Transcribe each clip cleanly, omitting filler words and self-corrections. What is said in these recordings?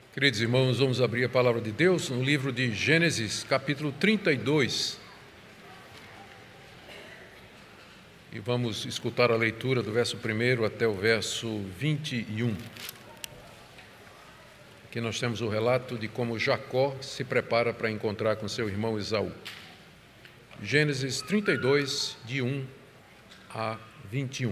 Queridos irmãos, vamos abrir a palavra de Deus no livro de Gênesis, capítulo 32. E vamos escutar a leitura do verso 1 até o verso 21. Aqui nós temos o relato de como Jacó se prepara para encontrar com seu irmão Esaú. Gênesis 32, de 1 a 21.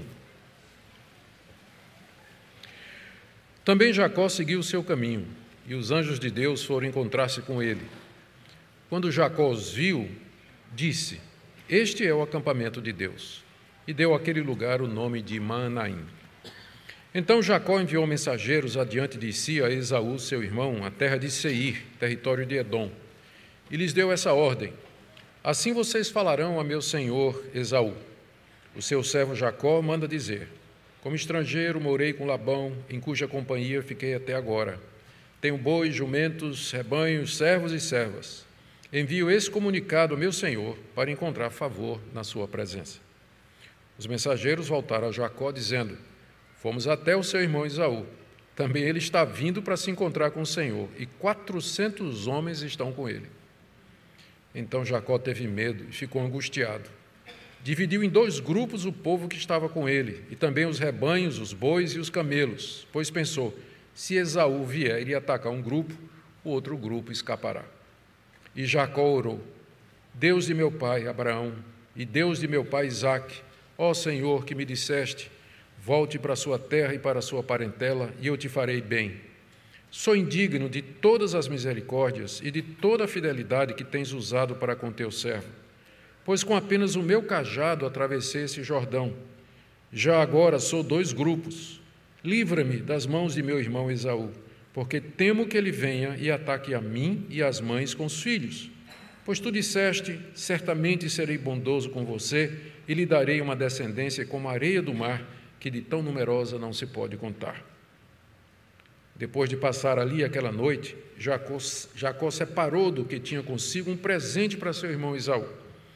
Também Jacó seguiu o seu caminho, e os anjos de Deus foram encontrar-se com ele. Quando Jacó os viu, disse: Este é o acampamento de Deus. E deu àquele lugar o nome de Maanaim. Então Jacó enviou mensageiros adiante de si a Esaú, seu irmão, à terra de Seir, território de Edom, e lhes deu essa ordem: Assim vocês falarão a meu senhor Esaú. O seu servo Jacó manda dizer: Como estrangeiro morei com Labão, em cuja companhia fiquei até agora. Tenho bois, jumentos, rebanhos, servos e servas. Envio esse comunicado ao meu senhor para encontrar favor na sua presença. Os mensageiros voltaram a Jacó, dizendo: Fomos até o seu irmão Esaú. Também ele está vindo para se encontrar com o Senhor, e 400 homens estão com ele. Então Jacó teve medo e ficou angustiado. Dividiu em 2 grupos o povo que estava com ele, e também os rebanhos, os bois e os camelos, pois pensou: se Esaú vier e atacar um grupo, o outro grupo escapará. E Jacó orou: Deus de meu pai Abraão e Deus de meu pai Isaque, ó Senhor, que me disseste: volte para a sua terra e para a sua parentela, e eu te farei bem. Sou indigno de todas as misericórdias e de toda a fidelidade que tens usado para com teu servo, pois com apenas o meu cajado atravessei esse Jordão. Já agora sou 2 grupos. Livra-me das mãos de meu irmão Esaú, porque temo que ele venha e ataque a mim e as mães com os filhos. Pois tu disseste: certamente serei bondoso com você e lhe darei uma descendência como a areia do mar, que de tão numerosa não se pode contar. Depois de passar ali aquela noite, Jacó separou do que tinha consigo um presente para seu irmão Esaú: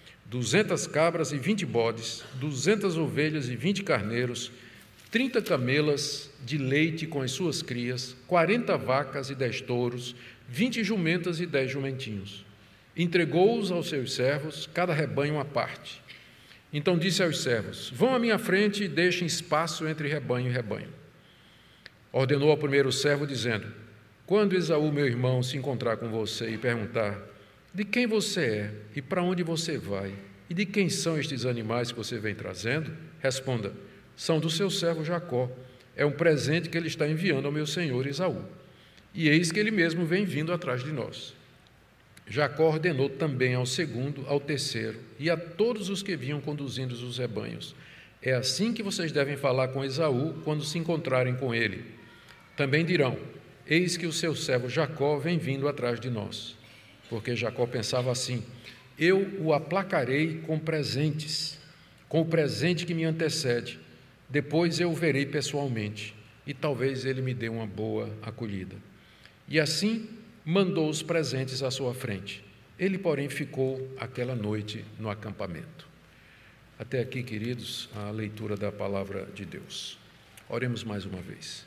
200 cabras e 20 bodes, 200 ovelhas e 20 carneiros, 30 camelas de leite com as suas crias, 40 vacas e 10 touros, 20 jumentas e 10 jumentinhos. Entregou-os aos seus servos, cada rebanho à parte. Então disse aos servos: Vão à minha frente e deixem espaço entre rebanho e rebanho. Ordenou ao primeiro servo, dizendo: Quando Esaú, meu irmão, se encontrar com você e perguntar: De quem você é e para onde você vai, e de quem são estes animais que você vem trazendo? Responda: São do seu servo Jacó. É um presente que ele está enviando ao meu senhor Esaú. E eis que ele mesmo vem vindo atrás de nós. Jacó ordenou também ao segundo, ao terceiro e a todos os que vinham conduzindo os rebanhos: É assim que vocês devem falar com Esaú quando se encontrarem com ele. Também dirão: Eis que o seu servo Jacó vem vindo atrás de nós. Porque Jacó pensava assim: Eu o aplacarei com presentes, com o presente que me antecede. Depois eu o verei pessoalmente, e talvez ele me dê uma boa acolhida. E assim mandou os presentes à sua frente. Ele, porém, ficou aquela noite no acampamento. Até aqui, queridos, a leitura da palavra de Deus. Oremos mais uma vez.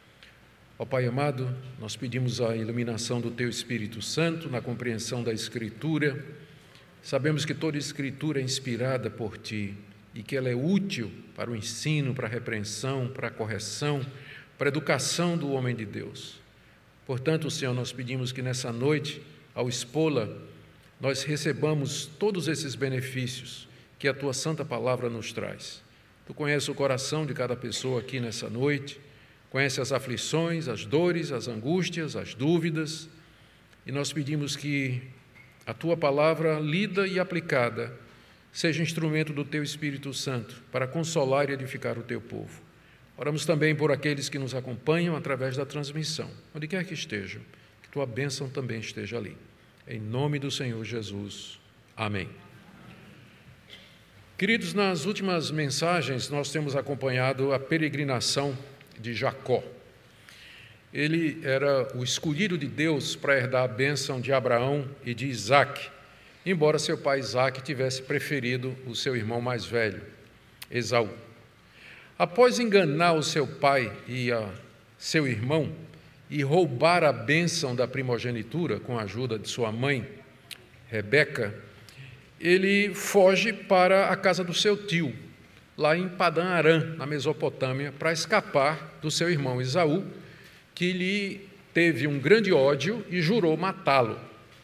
Ó Pai amado, nós pedimos a iluminação do Teu Espírito Santo na compreensão da Escritura. Sabemos que toda Escritura é inspirada por Ti e que ela é útil para o ensino, para a repreensão, para a correção, para a educação do homem de Deus. Portanto, Senhor, nós pedimos que nessa noite, ao expô-la, nós recebamos todos esses benefícios que a Tua Santa Palavra nos traz. Tu conheces o coração de cada pessoa aqui nessa noite, conhece as aflições, as dores, as angústias, as dúvidas, e nós pedimos que a Tua Palavra, lida e aplicada, seja instrumento do Teu Espírito Santo para consolar e edificar o Teu povo. Oramos também por aqueles que nos acompanham através da transmissão, onde quer que estejam, que Tua bênção também esteja ali. Em nome do Senhor Jesus. Amém. Queridos, nas últimas mensagens nós temos acompanhado a peregrinação de Jacó. Ele era o escolhido de Deus para herdar a bênção de Abraão e de Isaque, embora seu pai Isaque tivesse preferido o seu irmão mais velho, Esaú. Após enganar o seu pai e seu irmão, e roubar a bênção da primogenitura com a ajuda de sua mãe, Rebeca, ele foge para a casa do seu tio, lá em Padã Arã, na Mesopotâmia, para escapar do seu irmão Esaú, que lhe teve um grande ódio e jurou matá-lo.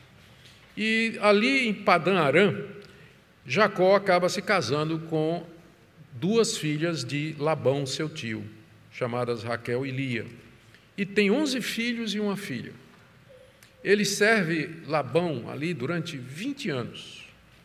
E ali em Padã Arã, Jacó acaba se casando com duas filhas de Labão, seu tio, chamadas Raquel e Lia, e tem 11 filhos e uma filha. Ele serve Labão ali durante 20 anos,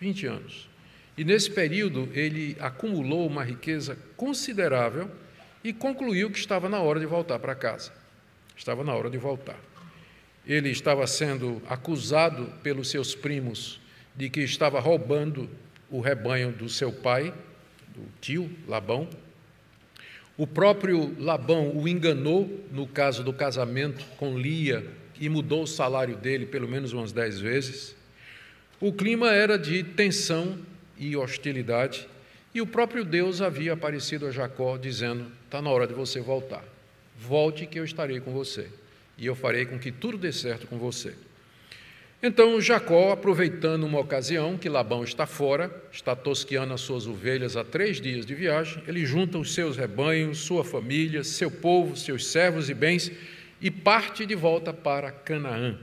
e nesse período ele acumulou uma riqueza considerável e concluiu que estava na hora de voltar para casa. Estava na hora de voltar. Ele estava sendo acusado pelos seus primos de que estava roubando o rebanho do seu pai, do tio Labão. O próprio Labão o enganou no caso do casamento com Lia e mudou o salário dele pelo menos umas 10 vezes. O clima era de tensão e hostilidade, e o próprio Deus havia aparecido a Jacó dizendo: está na hora de você voltar. Volte que eu estarei com você, e eu farei com que tudo dê certo com você. Então Jacó, aproveitando uma ocasião que Labão está fora, está tosqueando as suas ovelhas há 3 dias de viagem, ele junta os seus rebanhos, sua família, seu povo, seus servos e bens, e parte de volta para Canaã.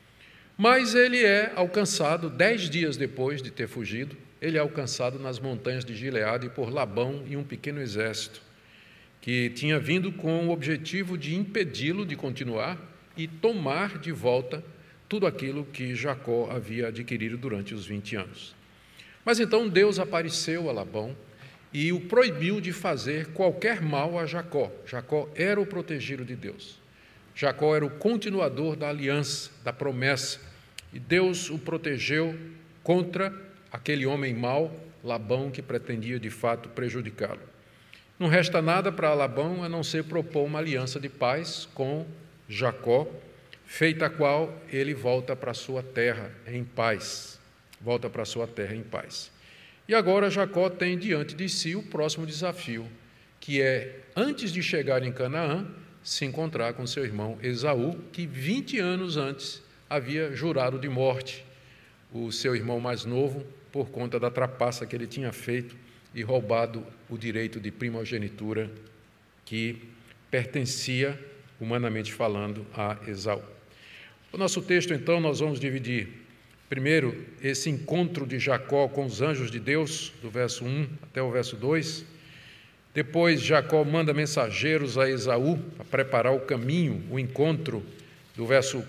Mas ele é alcançado 10 dias depois de ter fugido, ele é alcançado nas montanhas de Gileade por Labão e um pequeno exército, que tinha vindo com o objetivo de impedi-lo de continuar e tomar de volta tudo aquilo que Jacó havia adquirido durante os 20 anos. Mas então Deus apareceu a Labão e o proibiu de fazer qualquer mal a Jacó. Jacó era o protegido de Deus. Jacó era o continuador da aliança, da promessa, e Deus o protegeu contra aquele homem mau, Labão, que pretendia de fato prejudicá-lo. Não resta nada para Labão a não ser propor uma aliança de paz com Jacó, feita a qual ele volta para a sua terra em paz. Volta para a sua terra em paz. E agora Jacó tem diante de si o próximo desafio, que é, antes de chegar em Canaã, se encontrar com seu irmão Esaú, que 20 anos antes havia jurado de morte o seu irmão mais novo por conta da trapaça que ele tinha feito e roubado o direito de primogenitura que pertencia, humanamente falando, a Esaú. O nosso texto, então, nós vamos dividir, primeiro, esse encontro de Jacó com os anjos de Deus, do verso 1 até o verso 2. Depois, Jacó manda mensageiros a Esaú para preparar o caminho, o encontro, do verso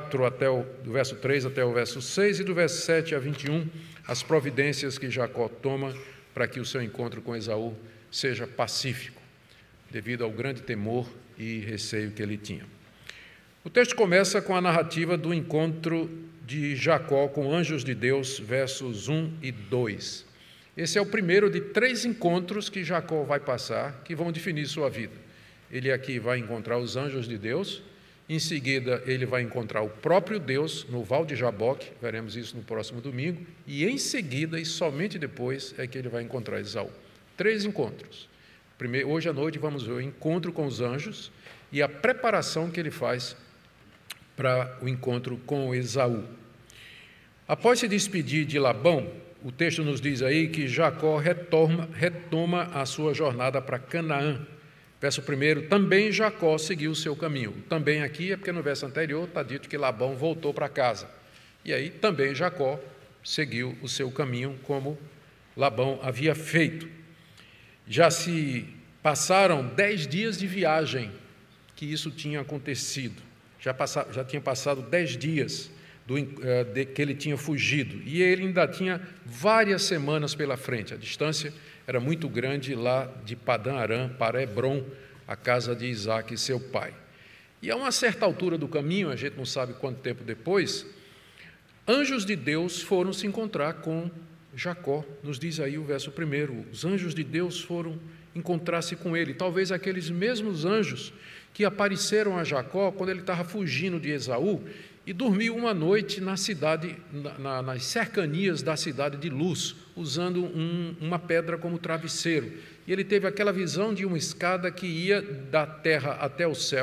3 até o verso 6, e do verso 7 a 21, as providências que Jacó toma para que o seu encontro com Esaú seja pacífico, devido ao grande temor e receio que ele tinha. O texto começa com a narrativa do encontro de Jacó com anjos de Deus, versos 1 e 2. Esse é o primeiro de 3 encontros que Jacó vai passar, que vão definir sua vida. Ele aqui vai encontrar os anjos de Deus, em seguida ele vai encontrar o próprio Deus no Val de Jaboque, veremos isso no próximo domingo, e em seguida, e somente depois, é que ele vai encontrar Esaú. 3 encontros. Hoje à noite vamos ver o encontro com os anjos e a preparação que ele faz para o encontro com Esaú. Após se despedir de Labão, o texto nos diz aí que Jacó retoma a sua jornada para Canaã. Verso 1, também Jacó seguiu o seu caminho. Também aqui é porque no verso anterior está dito que Labão voltou para casa. E aí também Jacó seguiu o seu caminho como Labão havia feito. Já se passaram 10 dias de viagem que isso tinha acontecido. Já tinha passado 10 dias que ele tinha fugido. E ele ainda tinha várias semanas pela frente. A distância era muito grande lá de Padã Arã para Hebrom, a casa de Isaque, seu pai. E a uma certa altura do caminho, a gente não sabe quanto tempo depois, anjos de Deus foram se encontrar com Jacó. Nos diz aí o verso 1, os anjos de Deus foram encontrar-se com ele. Talvez aqueles mesmos anjos que apareceram a Jacó quando ele estava fugindo de Esaú e dormiu uma noite na cidade, nas cercanias da cidade de Luz, usando uma pedra como travesseiro. E ele teve aquela visão de uma escada que ia da terra até o céu,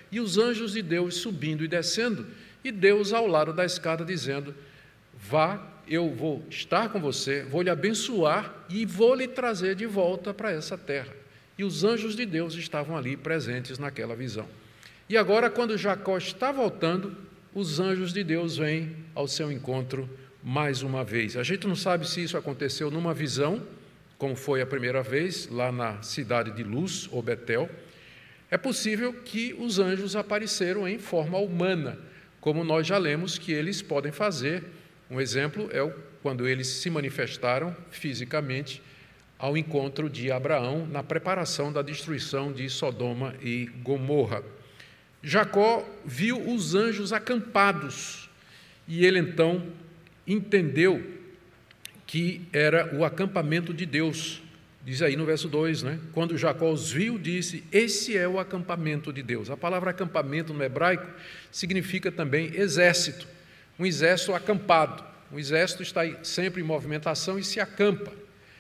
e os anjos de Deus subindo e descendo, e Deus ao lado da escada dizendo: vá, eu vou estar com você, vou lhe abençoar e vou lhe trazer de volta para essa terra. E os anjos de Deus estavam ali presentes naquela visão. E agora, quando Jacó está voltando, os anjos de Deus vêm ao seu encontro mais uma vez. A gente não sabe se isso aconteceu numa visão, como foi a primeira vez, lá na cidade de Luz, ou Betel. É possível que os anjos apareceram em forma humana, como nós já lemos que eles podem fazer. Um exemplo é quando eles se manifestaram fisicamente ao encontro de Abraão na preparação da destruição de Sodoma e Gomorra. Jacó viu os anjos acampados e ele então entendeu que era o acampamento de Deus. Diz aí no verso 2, né? Quando Jacó os viu, disse: esse é o acampamento de Deus. A palavra acampamento no hebraico significa também exército, um exército acampado. Um exército está sempre em movimentação e se acampa.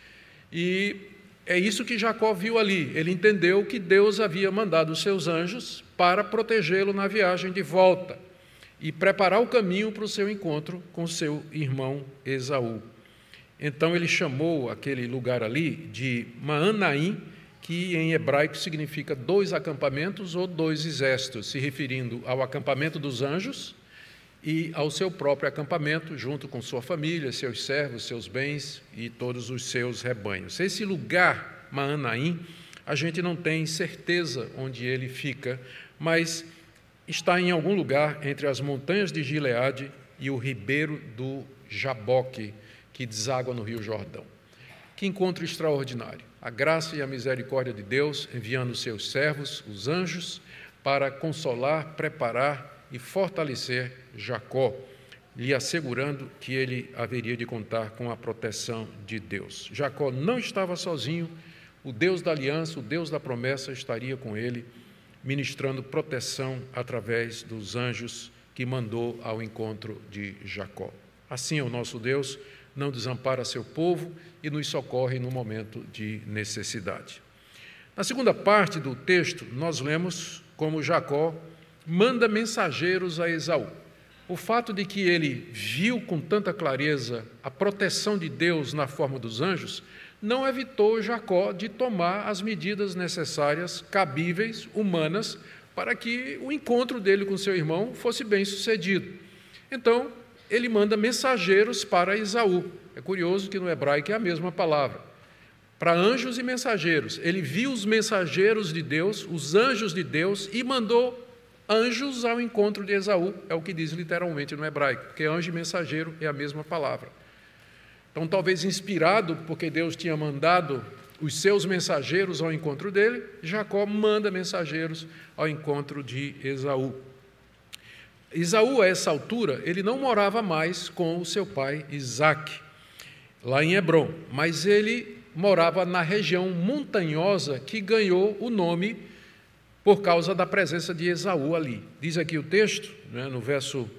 E é isso que Jacó viu ali. Ele entendeu que Deus havia mandado os seus anjos para protegê-lo na viagem de volta e preparar o caminho para o seu encontro com seu irmão Esaú. Então ele chamou aquele lugar ali de Maanaim, que em hebraico significa 2 acampamentos ou 2 exércitos, se referindo ao acampamento dos anjos e ao seu próprio acampamento, junto com sua família, seus servos, seus bens e todos os seus rebanhos. Esse lugar, Maanaim, a gente não tem certeza onde ele fica, mas está em algum lugar entre as montanhas de Gileade e o ribeiro do Jaboque, que deságua no Rio Jordão. Que encontro extraordinário! A graça e a misericórdia de Deus enviando os seus servos, os anjos, para consolar, preparar e fortalecer Jacó, lhe assegurando que ele haveria de contar com a proteção de Deus. Jacó não estava sozinho, o Deus da aliança, o Deus da promessa estaria com ele, ministrando proteção através dos anjos que mandou ao encontro de Jacó. Assim é o nosso Deus, não desampara seu povo e nos socorre no momento de necessidade. Na segunda parte do texto, nós lemos como Jacó manda mensageiros a Esaú. O fato de que ele viu com tanta clareza a proteção de Deus na forma dos anjos não evitou Jacó de tomar as medidas necessárias, cabíveis, humanas, para que o encontro dele com seu irmão fosse bem sucedido. Então, ele manda mensageiros para Esaú. É curioso que no hebraico é a mesma palavra. Para anjos e mensageiros. Ele viu os mensageiros de Deus, os anjos de Deus, e mandou anjos ao encontro de Esaú. É o que diz literalmente no hebraico, porque anjo e mensageiro é a mesma palavra. Então, talvez inspirado porque Deus tinha mandado os seus mensageiros ao encontro dele, Jacó manda mensageiros ao encontro de Esaú. Esaú, a essa altura, ele não morava mais com o seu pai Isaque, lá em Hebrom, mas ele morava na região montanhosa que ganhou o nome por causa da presença de Esaú ali. Diz aqui o texto, no verso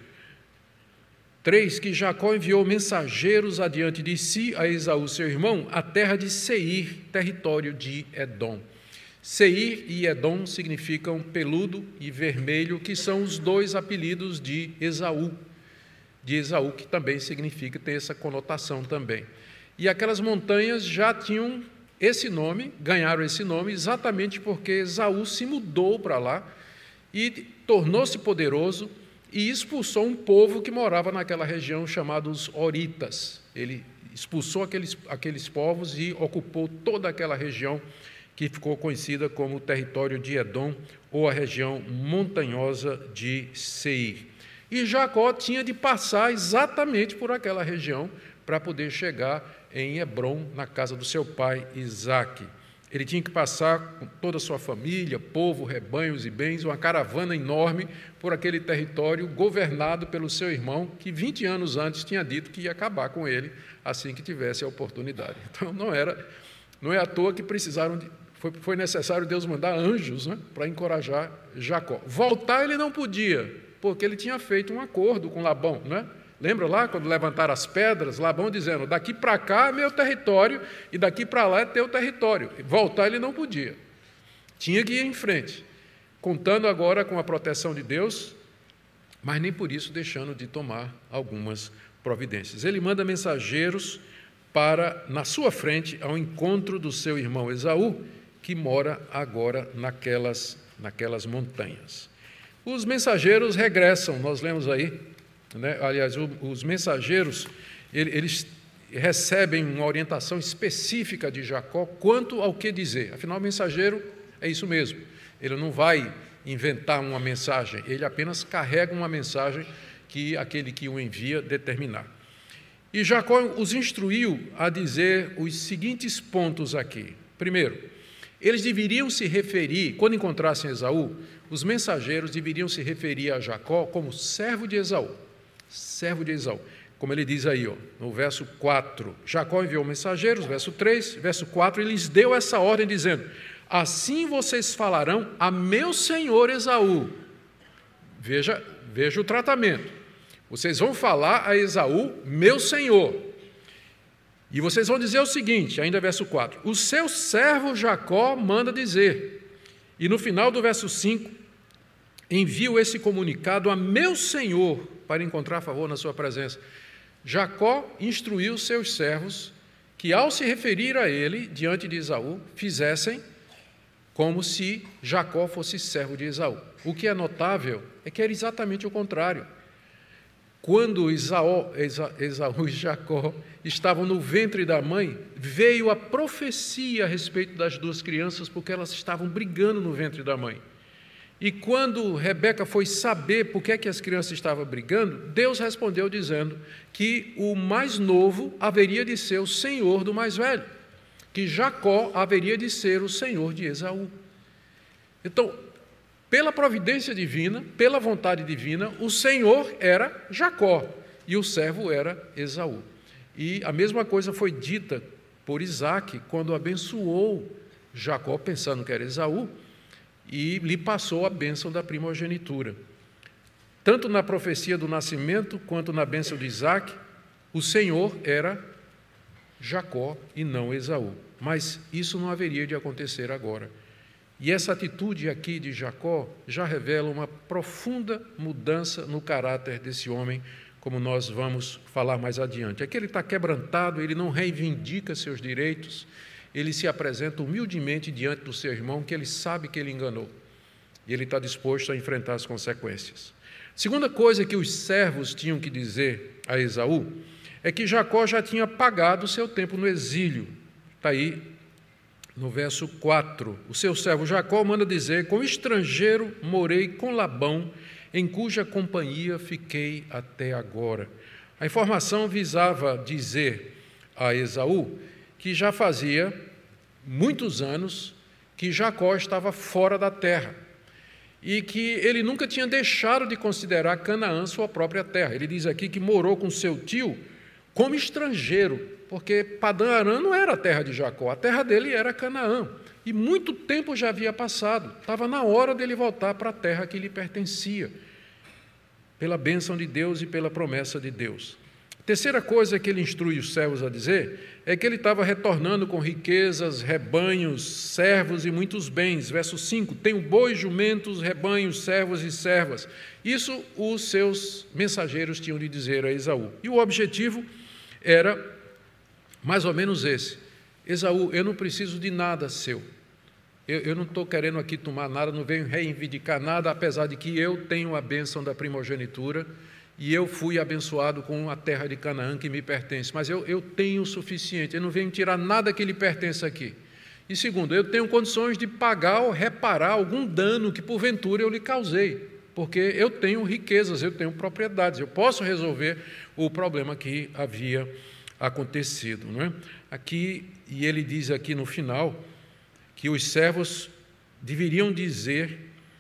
3, que Jacó enviou mensageiros adiante de si a Esaú, seu irmão, à terra de Seir, território de Edom. Seir e Edom significam peludo e vermelho, que são os 2 apelidos de Esaú, que também significa, tem essa conotação também. E aquelas montanhas já tinham esse nome, ganharam esse nome exatamente porque Esaú se mudou para lá e tornou-se poderoso e expulsou um povo que morava naquela região chamados Horitas. Ele expulsou aqueles povos e ocupou toda aquela região que ficou conhecida como o território de Edom, ou a região montanhosa de Seir. E Jacó tinha de passar exatamente por aquela região para poder chegar em Hebrom, na casa do seu pai Isaque. Ele tinha que passar com toda a sua família, povo, rebanhos e bens, uma caravana enorme por aquele território governado pelo seu irmão, que 20 anos antes tinha dito que ia acabar com ele assim que tivesse a oportunidade. Então, não é à toa que foi necessário Deus mandar anjos, para encorajar Jacó. Voltar ele não podia, porque ele tinha feito um acordo com Labão. Lembra lá, quando levantaram as pedras, Labão dizendo, daqui para cá é meu território e daqui para lá é teu território. Voltar ele não podia. Tinha que ir em frente. contando agora com a proteção de Deus, mas nem por isso deixando de tomar algumas providências. Ele manda mensageiros para, na sua frente, ao encontro do seu irmão Esaú, que mora agora naquelas montanhas. Os mensageiros regressam, nós lemos aí, né? Aliás, os mensageiros, eles recebem uma orientação específica de Jacó quanto ao que dizer. Afinal, o mensageiro é isso mesmo, ele não vai inventar uma mensagem, ele apenas carrega uma mensagem que aquele que o envia determinar. E Jacó os instruiu a dizer os seguintes pontos aqui. Primeiro, eles deveriam se referir, quando encontrassem Esaú, os mensageiros deveriam se referir a Jacó como servo de Esaú. Servo de Esaú. Como ele diz aí, no verso 4, Jacó enviou mensageiros, verso 3, verso 4, ele lhes deu essa ordem dizendo: assim vocês falarão a meu senhor Esaú. Veja o tratamento. Vocês vão falar a Esaú, meu senhor. E vocês vão dizer o seguinte, ainda verso 4, o seu servo Jacó manda dizer. E no final do verso 5, envio esse comunicado a meu senhor para encontrar favor na sua presença. Jacó instruiu seus servos que, ao se referir a ele, diante de Esaú, fizessem como se Jacó fosse servo de Esaú. O que é notável é que era exatamente o contrário. Quando Esaú e Jacó estavam no ventre da mãe, veio a profecia a respeito das duas crianças, porque elas estavam brigando no ventre da mãe. E quando Rebeca foi saber por que as crianças estavam brigando, Deus respondeu dizendo que o mais novo haveria de ser o senhor do mais velho, que Jacó haveria de ser o senhor de Esaú. Então, pela providência divina, pela vontade divina, o senhor era Jacó e o servo era Esaú. E a mesma coisa foi dita por Isaque quando abençoou Jacó, pensando que era Esaú, e lhe passou a bênção da primogenitura. Tanto na profecia do nascimento, quanto na bênção de Isaque, o Senhor era Jacó e não Esaú. Mas isso não haveria de acontecer agora. E essa atitude aqui de Jacó já revela uma profunda mudança no caráter desse homem, como nós vamos falar mais adiante. Aqui ele está quebrantado, ele não reivindica seus direitos, ele se apresenta humildemente diante do seu irmão, que ele sabe que ele enganou, e ele está disposto a enfrentar as consequências. Segunda coisa que os servos tinham que dizer a Esaú é que Jacó já tinha pagado o seu tempo no exílio. Está aí no verso 4. O seu servo Jacó manda dizer: com estrangeiro morei com Labão, em cuja companhia fiquei até agora. A informação visava dizer a Esaú que já fazia muitos anos que Jacó estava fora da terra e que ele nunca tinha deixado de considerar Canaã sua própria terra. Ele diz aqui que morou com seu tio como estrangeiro, porque Padã-Arã não era a terra de Jacó, a terra dele era Canaã. E muito tempo já havia passado, estava na hora dele voltar para a terra que lhe pertencia, pela bênção de Deus e pela promessa de Deus. Terceira coisa que ele instrui os servos a dizer é que ele estava retornando com riquezas, rebanhos, servos e muitos bens. Verso 5, tenho bois, jumentos, rebanhos, servos e servas. Isso os seus mensageiros tinham de dizer a Esaú. E o objetivo era mais ou menos esse: Esaú, eu não preciso de nada seu. Eu não estou querendo aqui tomar nada, não venho reivindicar nada, apesar de que eu tenho a bênção da primogenitura, e eu fui abençoado com a terra de Canaã que me pertence, mas eu tenho o suficiente, eu não venho tirar nada que lhe pertence aqui. E segundo, eu tenho condições de pagar ou reparar algum dano que porventura eu lhe causei, porque eu tenho riquezas, eu tenho propriedades, eu posso resolver o problema que havia acontecido, não é? Aqui, e ele diz aqui no final, que os servos deveriam dizer,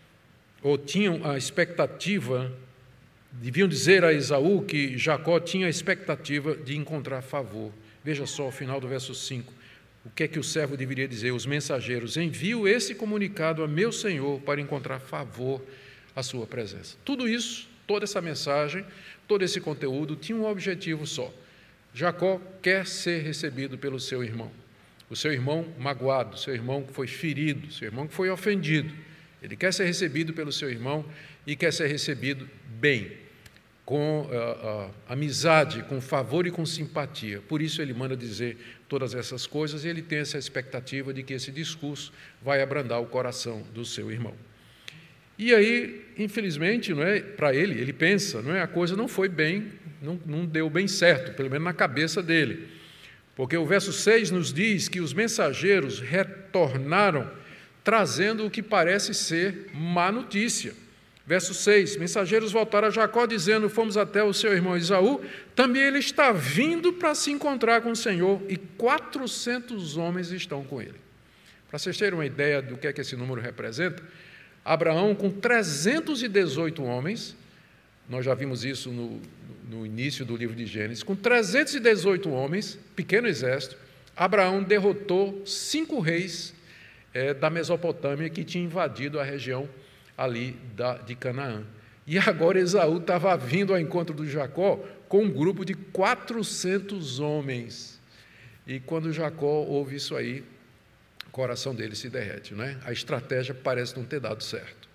ou tinham a expectativa, deviam dizer a Esaú que Jacó tinha a expectativa de encontrar favor. Veja só o final do verso 5. O que é que o servo deveria dizer? Os mensageiros: envio esse comunicado a meu senhor para encontrar favor à sua presença. Tudo isso, toda essa mensagem, todo esse conteúdo tinha um objetivo só. Jacó quer ser recebido pelo seu irmão. O seu irmão magoado, o seu irmão que foi ferido, o seu irmão que foi ofendido. Ele quer ser recebido pelo seu irmão e quer ser recebido bem, com amizade, com favor e com simpatia. Por isso ele manda dizer todas essas coisas e ele tem essa expectativa de que esse discurso vai abrandar o coração do seu irmão. E aí, infelizmente, para ele pensa, a coisa não foi bem, não deu bem certo, pelo menos na cabeça dele. Porque o verso 6 nos diz que os mensageiros retornaram trazendo o que parece ser má notícia. Verso 6, mensageiros voltaram a Jacó dizendo, fomos até o seu irmão Esaú, também ele está vindo para se encontrar com o Senhor e 400 homens estão com ele. Para vocês terem uma ideia do que é que esse número representa, Abraão com 318 homens, nós já vimos isso no início do livro de Gênesis, com 318 homens, pequeno exército, Abraão derrotou 5 reis da Mesopotâmia que tinham invadido a região ali de Canaã. E agora Esaú estava vindo ao encontro do Jacó com um grupo de 400 homens. E quando Jacó ouve isso aí, o coração dele se derrete, A estratégia parece não ter dado certo.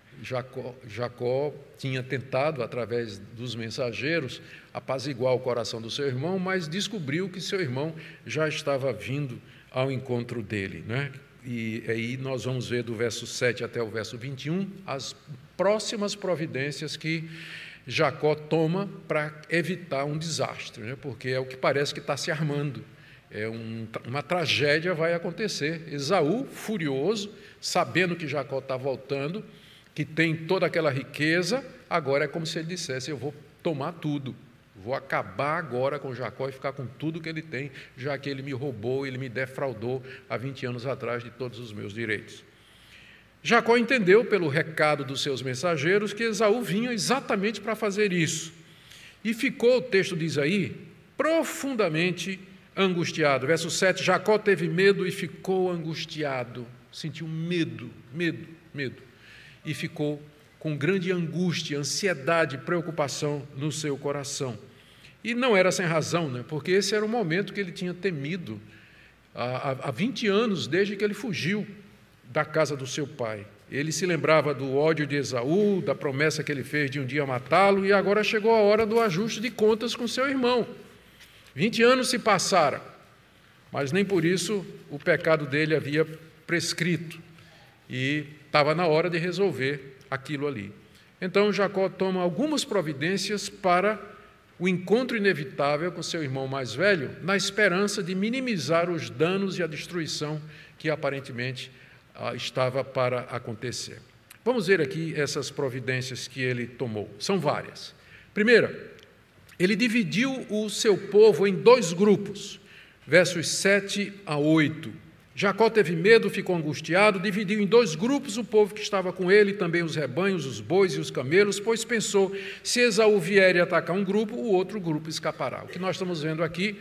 Jacó tinha tentado, através dos mensageiros, apaziguar o coração do seu irmão, mas descobriu que seu irmão já estava vindo ao encontro dele, E aí nós vamos ver do verso 7 até o verso 21 as próximas providências que Jacó toma para evitar um desastre, porque é o que parece que está se armando. Uma tragédia vai acontecer. Esaú, furioso, sabendo que Jacó está voltando, que tem toda aquela riqueza, agora é como se ele dissesse, eu vou tomar tudo. Vou acabar agora com Jacó e ficar com tudo que ele tem, já que ele me roubou, ele me defraudou há 20 anos atrás de todos os meus direitos. Jacó entendeu, pelo recado dos seus mensageiros, que Esaú vinha exatamente para fazer isso. E ficou, o texto diz aí, profundamente angustiado. Verso 7, Jacó teve medo e ficou angustiado. Sentiu medo. E ficou com grande angústia, ansiedade, preocupação no seu coração. E não era sem razão, porque esse era o momento que ele tinha temido há 20 anos, desde que ele fugiu da casa do seu pai. Ele se lembrava do ódio de Esaú, da promessa que ele fez de um dia matá-lo, e agora chegou a hora do ajuste de contas com seu irmão. 20 anos se passaram, mas nem por isso o pecado dele havia prescrito, e estava na hora de resolver aquilo ali. Então Jacó toma algumas providências para o encontro inevitável com seu irmão mais velho, na esperança de minimizar os danos e a destruição que aparentemente estava para acontecer. Vamos ver aqui essas providências que ele tomou. São várias. Primeira, ele dividiu o seu povo em 2 grupos, versos 7 a 8. Jacó teve medo, ficou angustiado, dividiu em 2 grupos o povo que estava com ele, também os rebanhos, os bois e os camelos, pois pensou, se Esaú vier e atacar um grupo, o outro grupo escapará. O que nós estamos vendo aqui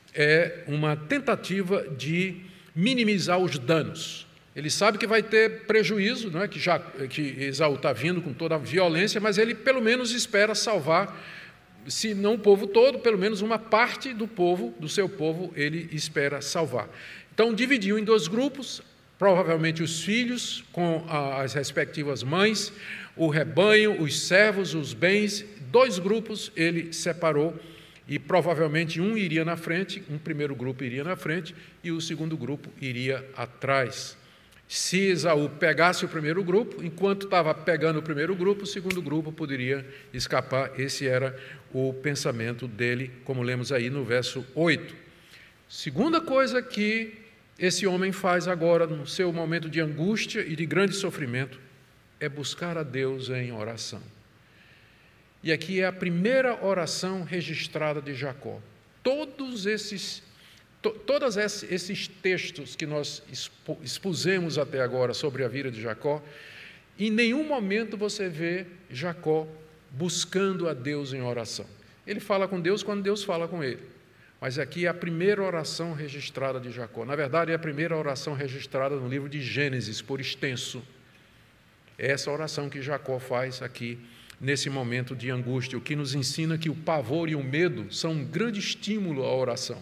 é uma tentativa de minimizar os danos. Ele sabe que vai ter prejuízo, que Esaú está vindo com toda a violência, mas ele pelo menos espera salvar, se não o povo todo, pelo menos uma parte do povo, do seu povo, ele espera salvar. Então, dividiu em 2 grupos, provavelmente os filhos com as respectivas mães, o rebanho, os servos, os bens, 2 grupos ele separou e provavelmente um iria na frente, um primeiro grupo iria na frente e o segundo grupo iria atrás. Se Esaú pegasse o primeiro grupo, enquanto estava pegando o primeiro grupo, o segundo grupo poderia escapar. Esse era o pensamento dele, como lemos aí no verso 8. Segunda coisa que esse homem faz agora, no seu momento de angústia e de grande sofrimento, é buscar a Deus em oração. E aqui é a primeira oração registrada de Jacó. Todos esses textos que nós expusemos até agora sobre a vida de Jacó, em nenhum momento você vê Jacó buscando a Deus em oração. Ele fala com Deus quando Deus fala com ele. Mas aqui é a primeira oração registrada de Jacó. Na verdade, é a primeira oração registrada no livro de Gênesis, por extenso. É essa oração que Jacó faz aqui, nesse momento de angústia, o que nos ensina que o pavor e o medo são um grande estímulo à oração.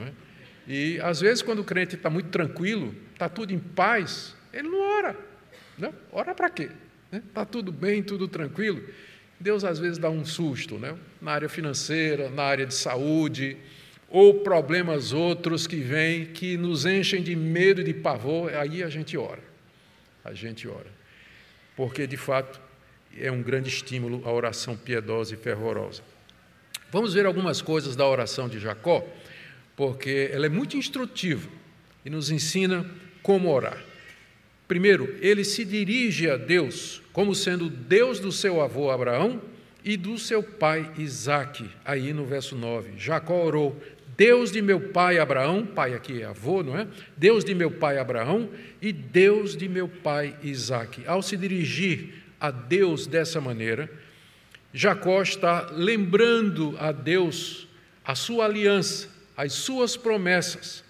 E, às vezes, quando o crente está muito tranquilo, está tudo em paz, ele não ora. Né? Orar para quê? Está tudo bem, tudo tranquilo. Deus às vezes dá um susto, né? Na área financeira, na área de saúde, ou problemas outros que vêm, que nos enchem de medo e de pavor, aí a gente ora. A gente ora. Porque, de fato, é um grande estímulo a oração piedosa e fervorosa. Vamos ver algumas coisas da oração de Jacó, porque ela é muito instrutiva e nos ensina como orar. Primeiro, ele se dirige a Deus como sendo Deus do seu avô Abraão e do seu pai Isaque, aí no verso 9. Jacó orou: Deus de meu pai Abraão, pai aqui é avô, não é? Deus de meu pai Abraão e Deus de meu pai Isaque. Ao se dirigir a Deus dessa maneira, Jacó está lembrando a Deus a sua aliança, as suas promessas.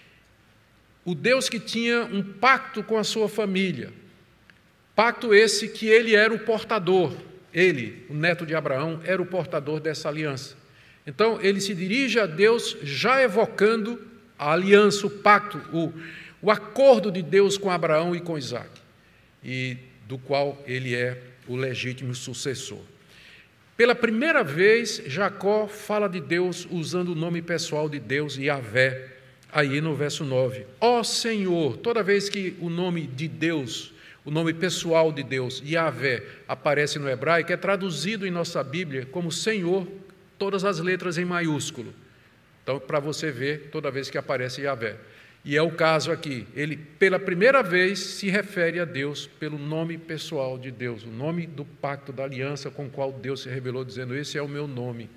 O Deus que tinha um pacto com a sua família, pacto esse que ele era o portador, ele, o neto de Abraão, era o portador dessa aliança. Então, ele se dirige a Deus já evocando a aliança, o pacto, o acordo de Deus com Abraão e com Isaque, e do qual ele é o legítimo sucessor. Pela primeira vez, Jacó fala de Deus usando o nome pessoal de Deus, Yahvé, aí no verso 9. Ó Senhor, toda vez que o nome de Deus, o nome pessoal de Deus, Yahvé, aparece no hebraico, é traduzido em nossa Bíblia como Senhor, todas as letras em maiúsculo. Então, para você ver, toda vez que aparece Yahvé. E é o caso aqui, ele pela primeira vez se refere a Deus pelo nome pessoal de Deus, o nome do pacto da aliança com o qual Deus se revelou, dizendo: esse é o meu nome,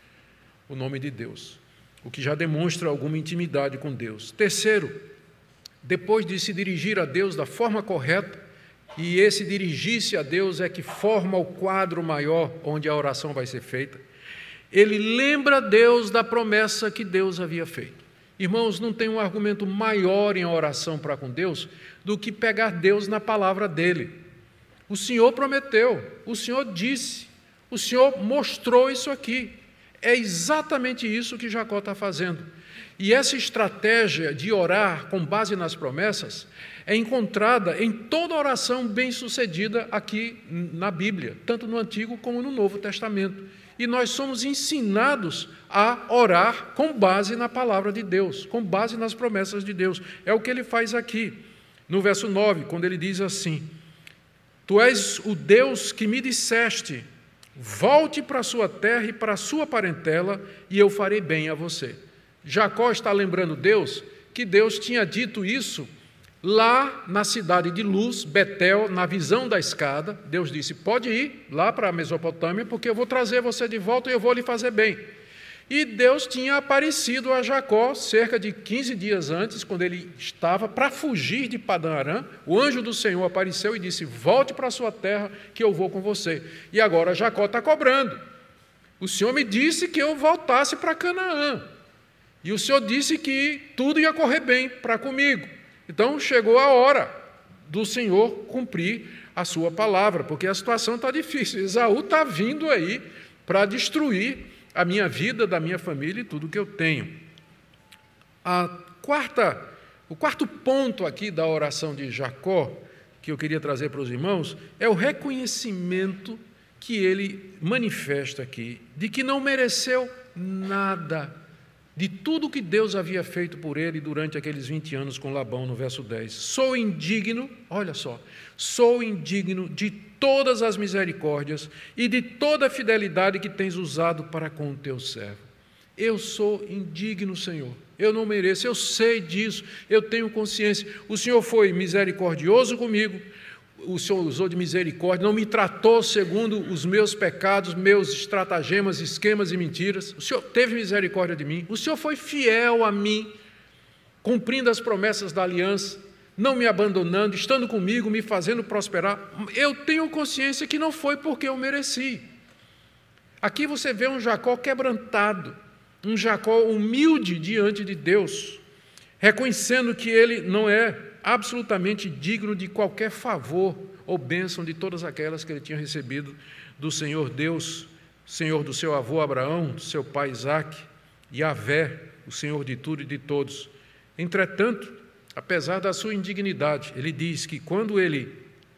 o nome de Deus, o que já demonstra alguma intimidade com Deus. Terceiro, depois de se dirigir a Deus da forma correta, e esse dirigir-se a Deus é que forma o quadro maior onde a oração vai ser feita, ele lembra Deus da promessa que Deus havia feito. Irmãos, não tem um argumento maior em oração para com Deus do que pegar Deus na palavra dele. O Senhor prometeu, o Senhor disse, o Senhor mostrou isso aqui. É exatamente isso que Jacó está fazendo. E essa estratégia de orar com base nas promessas é encontrada em toda oração bem-sucedida aqui na Bíblia, tanto no Antigo como no Novo Testamento. E nós somos ensinados a orar com base na palavra de Deus, com base nas promessas de Deus. É o que ele faz aqui, no verso 9, quando ele diz assim: Tu és o Deus que me disseste, volte para a sua terra e para a sua parentela, e eu farei bem a você. Jacó está lembrando Deus que Deus tinha dito isso lá na cidade de Luz, Betel, na visão da escada. Deus disse: pode ir lá para a Mesopotâmia, porque eu vou trazer você de volta e eu vou lhe fazer bem. E Deus tinha aparecido a Jacó cerca de 15 dias antes, quando ele estava para fugir de Padã Arã. O anjo do Senhor apareceu e disse: volte para a sua terra, que eu vou com você. E agora Jacó está cobrando. O Senhor me disse que eu voltasse para Canaã. E o Senhor disse que tudo ia correr bem para comigo. Então, chegou a hora do Senhor cumprir a sua palavra, porque a situação está difícil. Esaú está vindo aí para destruir a minha vida, da minha família e tudo que eu tenho. O quarto ponto aqui da oração de Jacó, que eu queria trazer para os irmãos, é o reconhecimento que ele manifesta aqui, de que não mereceu nada de tudo que Deus havia feito por ele durante aqueles 20 anos com Labão, no verso 10. Sou indigno, olha só, sou indigno de todas as misericórdias e de toda a fidelidade que tens usado para com o teu servo. Eu sou indigno, Senhor, eu não mereço, eu sei disso, eu tenho consciência. O Senhor foi misericordioso comigo, o Senhor usou de misericórdia, não me tratou segundo os meus pecados, meus estratagemas, esquemas e mentiras. O Senhor teve misericórdia de mim, o Senhor foi fiel a mim, cumprindo as promessas da aliança, não me abandonando, estando comigo, me fazendo prosperar. Eu tenho consciência que não foi porque eu mereci. Aqui você vê um Jacó quebrantado, um Jacó humilde diante de Deus, reconhecendo que ele não é absolutamente digno de qualquer favor ou bênção de todas aquelas que ele tinha recebido do Senhor Deus, Senhor do seu avô Abraão, do seu pai Isaque, Yahvé, o Senhor de tudo e de todos. Entretanto, apesar da sua indignidade, ele diz que quando ele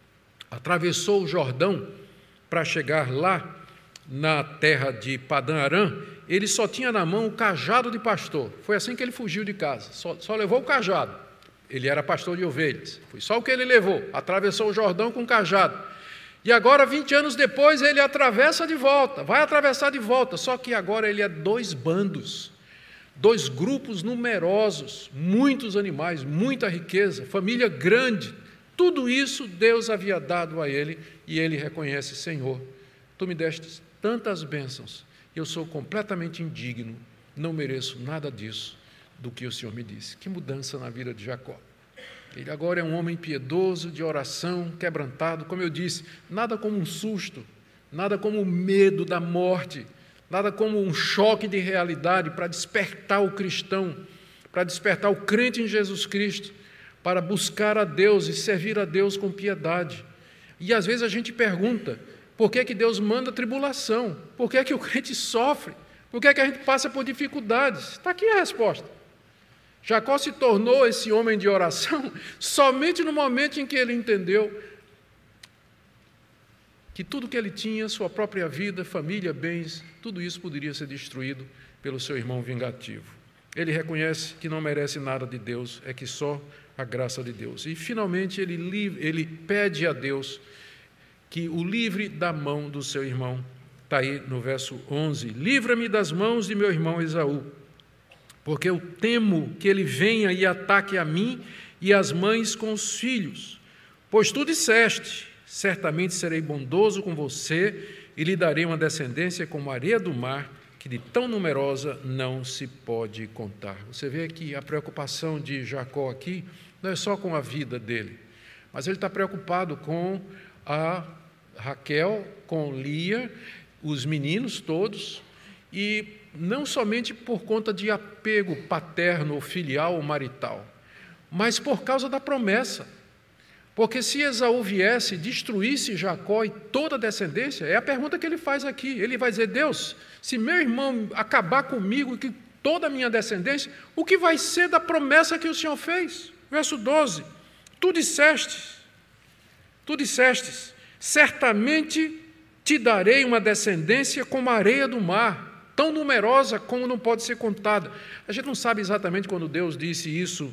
atravessou o Jordão para chegar lá na terra de Padã-Arã, ele só tinha na mão o cajado de pastor. Foi assim que ele fugiu de casa, só levou o cajado. Ele era pastor de ovelhas, foi só o que ele levou, atravessou o Jordão com o cajado. E agora, 20 anos depois, ele atravessa de volta, vai atravessar de volta, só que agora ele é 2 bandos, 2 grupos numerosos, muitos animais, muita riqueza, família grande. Tudo isso Deus havia dado a ele, e ele reconhece: Senhor, tu me deste tantas bênçãos, eu sou completamente indigno, não mereço nada disso do que o Senhor me disse. Que mudança na vida de Jacó. Ele agora é um homem piedoso, de oração, quebrantado, como eu disse, nada como um susto, nada como o medo da morte, nada como um choque de realidade para despertar o cristão, para despertar o crente em Jesus Cristo, para buscar a Deus e servir a Deus com piedade. E às vezes a gente pergunta: por que Deus manda tribulação? Por que o crente sofre? Por que a gente passa por dificuldades? Está aqui a resposta. Jacó se tornou esse homem de oração somente no momento em que ele entendeu que tudo que ele tinha, sua própria vida, família, bens, tudo isso poderia ser destruído pelo seu irmão vingativo. Ele reconhece que não merece nada de Deus, é que só a graça de Deus. E, finalmente, ele pede a Deus que o livre da mão do seu irmão. Está aí no verso 11: livra-me das mãos de meu irmão Esaú, porque eu temo que ele venha e ataque a mim e as mães com os filhos. Pois tu disseste: certamente serei bondoso com você e lhe darei uma descendência como a areia do mar, que de tão numerosa não se pode contar. Você vê que a preocupação de Jacó aqui não é só com a vida dele, mas ele está preocupado com a Raquel, com Lia, os meninos todos, e não somente por conta de apego paterno ou filial ou marital, mas por causa da promessa. Porque se Esaú viesse e destruísse Jacó e toda a descendência, é a pergunta que ele faz aqui. Ele vai dizer: Deus, se meu irmão acabar comigo e que toda a minha descendência, o que vai ser da promessa que o Senhor fez? Verso 12: tu dissestes, certamente te darei uma descendência como a areia do mar, tão numerosa como não pode ser contada. A gente não sabe exatamente quando Deus disse isso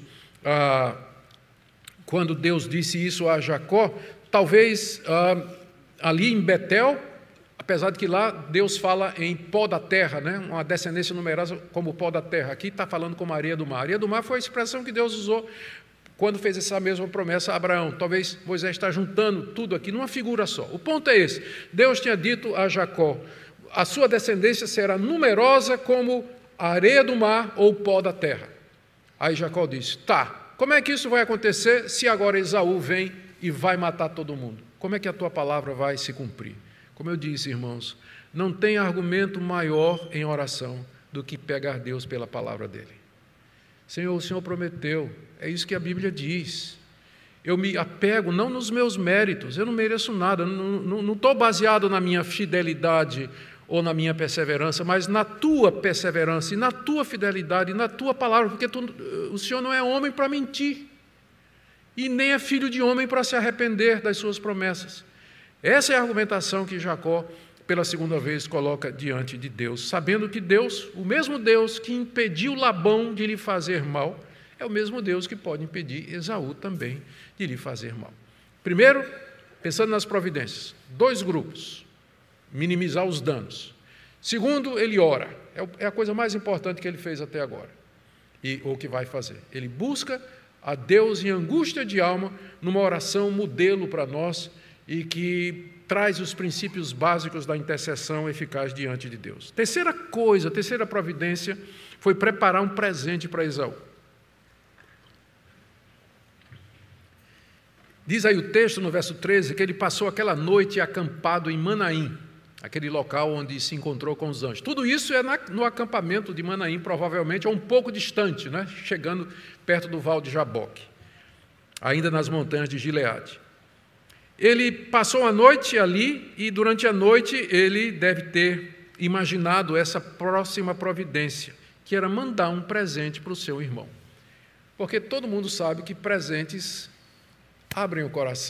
a Jacó, talvez ali em Betel, apesar de que lá Deus fala em pó da terra, né? Uma descendência numerosa como o pó da terra. Aqui está falando como a areia do mar. A areia do mar foi a expressão que Deus usou quando fez essa mesma promessa a Abraão. Talvez Moisés está juntando tudo aqui numa figura só. O ponto é esse: Deus tinha dito a Jacó: a sua descendência será numerosa como a areia do mar ou o pó da terra. Aí Jacó disse: tá, como é que isso vai acontecer se agora Esaú vem e vai matar todo mundo? Como é que a tua palavra vai se cumprir? Como eu disse, irmãos, não tem argumento maior em oração do que pegar Deus pela palavra dele. Senhor, o Senhor prometeu, é isso que a Bíblia diz. Eu me apego não nos meus méritos, eu não mereço nada, não estou baseado na minha fidelidade ou na minha perseverança, mas na tua perseverança e na tua fidelidade e na tua palavra, porque o Senhor não é homem para mentir e nem é filho de homem para se arrepender das suas promessas. Essa é a argumentação que Jacó, pela segunda vez, coloca diante de Deus, sabendo que Deus, o mesmo Deus que impediu Labão de lhe fazer mal, é o mesmo Deus que pode impedir Esaú também de lhe fazer mal. Primeiro, pensando nas providências, 2 grupos: minimizar os danos. Segundo, ele ora. É a coisa mais importante que ele fez até agora, ou que vai fazer. Ele busca a Deus em angústia de alma, numa oração modelo para nós, e que traz os princípios básicos da intercessão eficaz diante de Deus. Terceira providência, foi preparar um presente para Esaú. Diz aí o texto, no verso 13, que ele passou aquela noite acampado em Manaim, aquele local onde se encontrou com os anjos. Tudo isso é no acampamento de Manaim, provavelmente, ou um pouco distante, né? Chegando perto do Val de Jaboque, ainda nas montanhas de Gileade. Ele passou a noite ali e, durante a noite, ele deve ter imaginado essa próxima providência, que era mandar um presente para o seu irmão. Porque todo mundo sabe que presentes abrem o coração.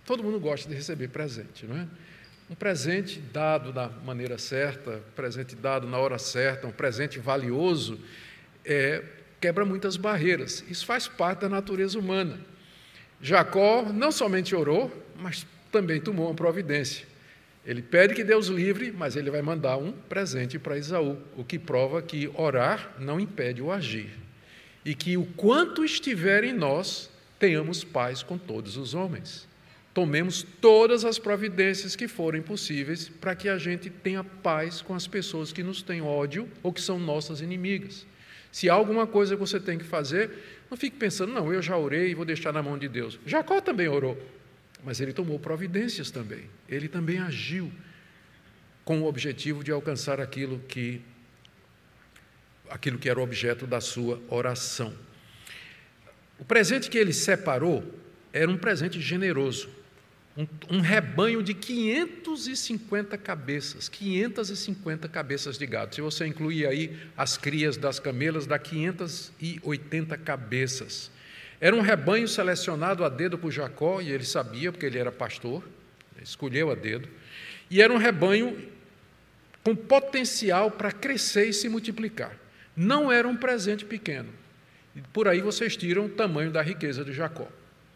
Todo mundo gosta de receber presente, não é? Um presente dado da maneira certa, um presente dado na hora certa, um presente valioso, quebra muitas barreiras. Isso faz parte da natureza humana. Jacó não somente orou, mas também tomou uma providência. Ele pede que Deus livre, mas ele vai mandar um presente para Esaú, o que prova que orar não impede o agir. E que o quanto estiver em nós, tenhamos paz com todos os homens. Tomemos todas as providências que forem possíveis para que a gente tenha paz com as pessoas que nos têm ódio ou que são nossas inimigas. Se há alguma coisa que você tem que fazer, não fique pensando, não, eu já orei e vou deixar na mão de Deus. Jacó também orou, mas ele tomou providências também. Ele também agiu com o objetivo de alcançar aquilo que era o objeto da sua oração. O presente que ele separou era um presente generoso. Um rebanho de 550 cabeças, 550 cabeças de gado. Se você incluir aí as crias das camelas, dá 580 cabeças. Era um rebanho selecionado a dedo por Jacó, e ele sabia, porque ele era pastor, escolheu a dedo, e era um rebanho com potencial para crescer e se multiplicar. Não era um presente pequeno. E por aí vocês tiram o tamanho da riqueza de Jacó.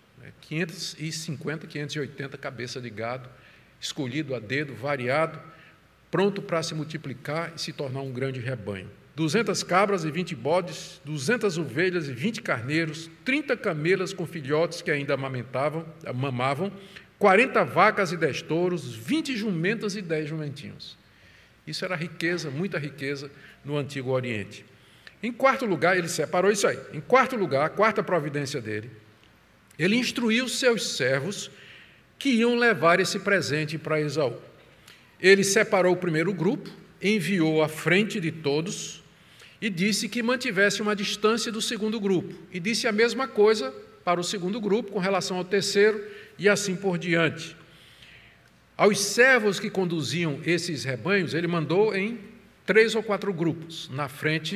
550, 580 cabeças de gado, escolhido a dedo, variado, pronto para se multiplicar e se tornar um grande rebanho. 200 cabras e 20 bodes, 200 ovelhas e 20 carneiros, 30 camelas com filhotes que ainda mamavam, 40 vacas e 10 touros, 20 jumentas e 10 jumentinhos. Isso era riqueza, muita riqueza no Antigo Oriente. Em quarto lugar, ele separou isso aí. Em quarto lugar, a quarta providência dele, ele instruiu seus servos que iam levar esse presente para Esaú. Ele separou o primeiro grupo, enviou à frente de todos e disse que mantivesse uma distância do segundo grupo. E disse a mesma coisa para o segundo grupo com relação ao terceiro e assim por diante. Aos servos que conduziam esses rebanhos, ele mandou em 3 ou 4 grupos, na frente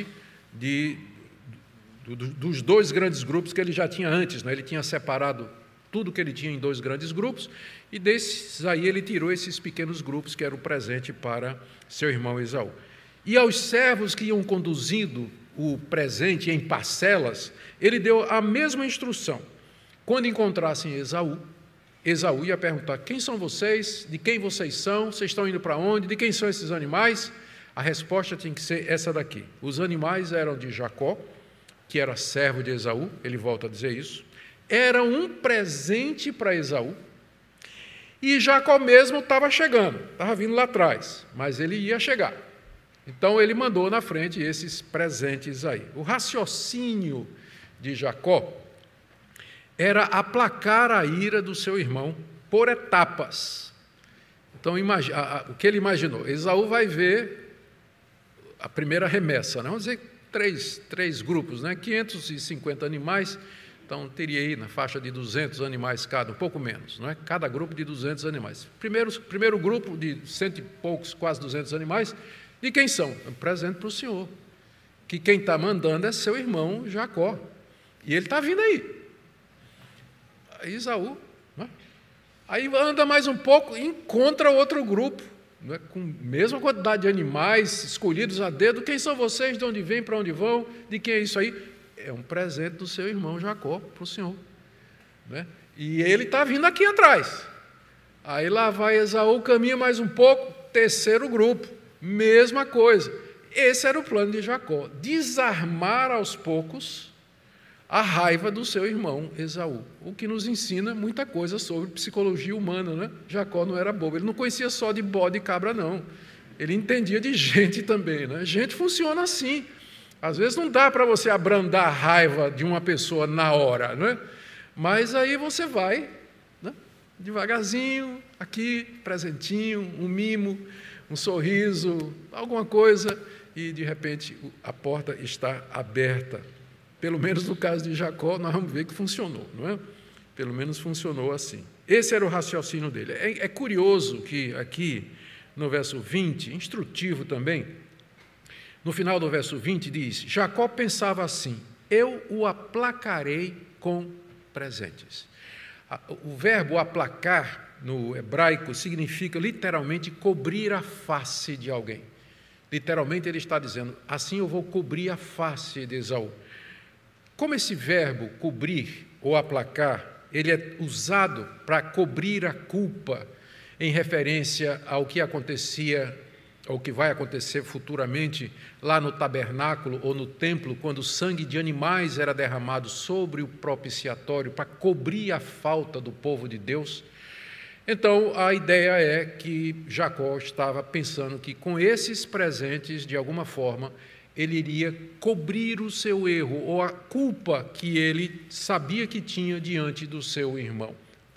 dos 2 grandes grupos que ele já tinha antes, né? Ele tinha separado tudo que ele tinha em 2 grandes grupos, e desses aí ele tirou esses pequenos grupos que eram o presente para seu irmão Esaú. E aos servos que iam conduzindo o presente em parcelas, ele deu a mesma instrução. Quando encontrassem Esaú ia perguntar, quem são vocês? De quem vocês são? Vocês estão indo para onde? De quem são esses animais? A resposta tinha que ser essa daqui. Os animais eram de Jacó, que era servo de Esaú, ele volta a dizer isso, era um presente para Esaú, e Jacó mesmo estava chegando, estava vindo lá atrás, mas ele ia chegar. Então ele mandou na frente esses presentes aí. O raciocínio de Jacó era aplacar a ira do seu irmão por etapas. Então o que ele imaginou? Esaú vai ver a primeira remessa, né? Vamos dizer, três grupos, né? 550 animais, então teria aí na faixa de 200 animais cada, um pouco menos, não é? Cada grupo de 200 animais. Primeiro grupo de 100 e poucos, quase 200 animais, de quem são? Um presente para o Senhor, que quem está mandando é seu irmão Jacó, e ele está vindo aí. Aí Esaú, né? Aí anda mais um pouco e encontra outro grupo, né, com a mesma quantidade de animais escolhidos a dedo. Quem são vocês? De onde vêm? Para onde vão? De quem é isso aí? É um presente do seu irmão Jacó para o Senhor, né? E ele está vindo aqui atrás. Aí lá vai Esaú, caminha mais um pouco, terceiro grupo, mesma coisa. Esse era o plano de Jacó, desarmar aos poucos a raiva do seu irmão Esaú, o que nos ensina muita coisa sobre psicologia humana, né? Jacó não era bobo, ele não conhecia só de bode e cabra, não. Ele entendia de gente também, né? Gente funciona assim. Às vezes não dá para você abrandar a raiva de uma pessoa na hora, né? Mas aí você vai, né, devagarzinho, aqui, presentinho, um mimo, um sorriso, alguma coisa, e de repente a porta está aberta. Pelo menos no caso de Jacó, nós vamos ver que funcionou, não é? Pelo menos funcionou assim. Esse era o raciocínio dele. É curioso que aqui, no verso 20, instrutivo também, no final do verso 20 diz, Jacó pensava assim, eu o aplacarei com presentes. O verbo aplacar no hebraico significa literalmente cobrir a face de alguém. Literalmente ele está dizendo, assim eu vou cobrir a face de Esaú. Como esse verbo cobrir ou aplacar, ele é usado para cobrir a culpa em referência ao que acontecia, ou que vai acontecer futuramente lá no tabernáculo ou no templo, quando o sangue de animais era derramado sobre o propiciatório para cobrir a falta do povo de Deus. Então, a ideia é que Jacó estava pensando que com esses presentes, de alguma forma, ele iria cobrir o seu erro ou a culpa que ele sabia que tinha diante do seu irmão,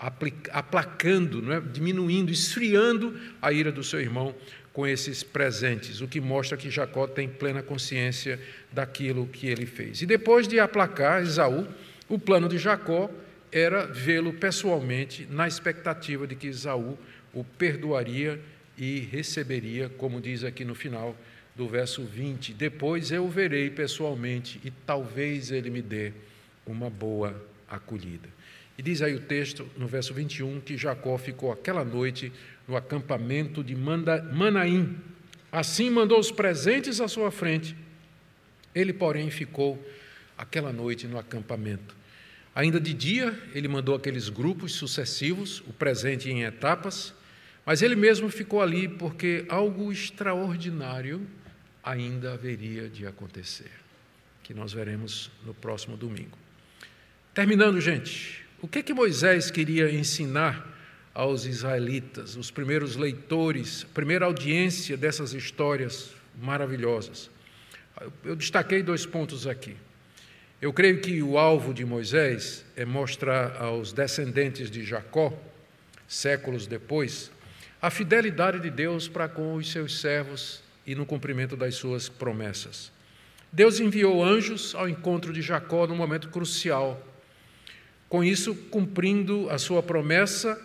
aplacando, não é? Diminuindo, esfriando a ira do seu irmão com esses presentes, o que mostra que Jacó tem plena consciência daquilo que ele fez. E depois de aplacar Esaú, o plano de Jacó era vê-lo pessoalmente, na expectativa de que Esaú o perdoaria e receberia, como diz aqui no final do verso 20, depois eu o verei pessoalmente e talvez ele me dê uma boa acolhida. E diz aí o texto, no verso 21, que Jacó ficou aquela noite no acampamento de Manaim. Assim mandou os presentes à sua frente. Ele, porém, ficou aquela noite no acampamento. Ainda de dia, ele mandou aqueles grupos sucessivos, o presente em etapas, mas ele mesmo ficou ali porque algo extraordinário ainda haveria de acontecer, que nós veremos no próximo domingo. Terminando, gente, o que Moisés queria ensinar aos israelitas, os primeiros leitores, a primeira audiência dessas histórias maravilhosas? Eu destaquei 2 pontos aqui. Eu creio que o alvo de Moisés é mostrar aos descendentes de Jacó, séculos depois, a fidelidade de Deus para com os seus servos e no cumprimento das suas promessas. Deus enviou anjos ao encontro de Jacó num momento crucial, com isso cumprindo a sua promessa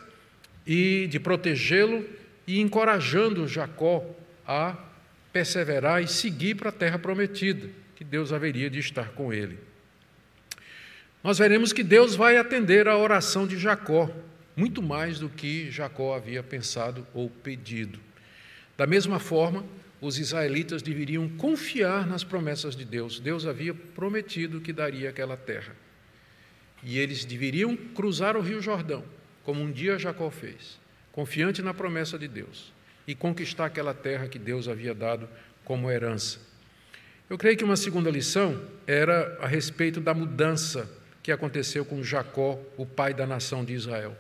e de protegê-lo e encorajando Jacó a perseverar e seguir para a terra prometida, que Deus haveria de estar com ele. Nós veremos que Deus vai atender a oração de Jacó, muito mais do que Jacó havia pensado ou pedido. Da mesma forma, os israelitas deveriam confiar nas promessas de Deus. Deus havia prometido que daria aquela terra. E eles deveriam cruzar o rio Jordão, como um dia Jacó fez, confiante na promessa de Deus, e conquistar aquela terra que Deus havia dado como herança. Eu creio que uma segunda lição era a respeito da mudança que aconteceu com Jacó, o pai da nação de Israel.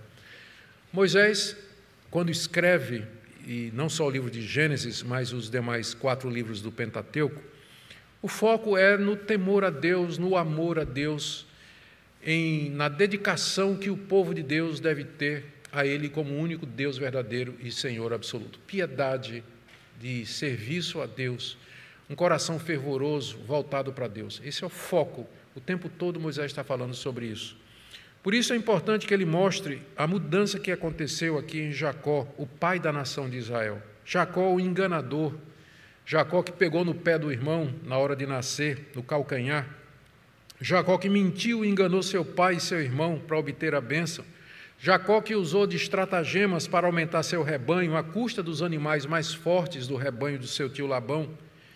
Moisés, quando escreve, e não só o livro de Gênesis, mas os demais 4 livros do Pentateuco, o foco é no temor a Deus, no amor a Deus, na dedicação que o povo de Deus deve ter a Ele como o único Deus verdadeiro e Senhor absoluto. Piedade, de serviço a Deus, um coração fervoroso, voltado para Deus. Esse é o foco. O tempo todo Moisés está falando sobre isso. Por isso é importante que ele mostre a mudança que aconteceu aqui em Jacó, o pai da nação de Israel. Jacó, o enganador. Jacó que pegou no pé do irmão na hora de nascer, no calcanhar. Jacó que mentiu e enganou seu pai e seu irmão para obter a bênção. Jacó que usou de estratagemas para aumentar seu rebanho à custa dos animais mais fortes do rebanho do seu tio Labão.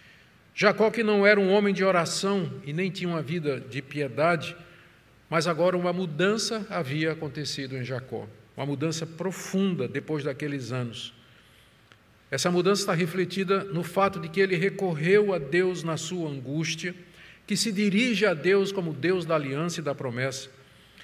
Jacó que não era um homem de oração e nem tinha uma vida de piedade, mas agora uma mudança havia acontecido em Jacó, uma mudança profunda depois daqueles anos. Essa mudança está refletida no fato de que ele recorreu a Deus na sua angústia, que se dirige a Deus como Deus da aliança e da promessa,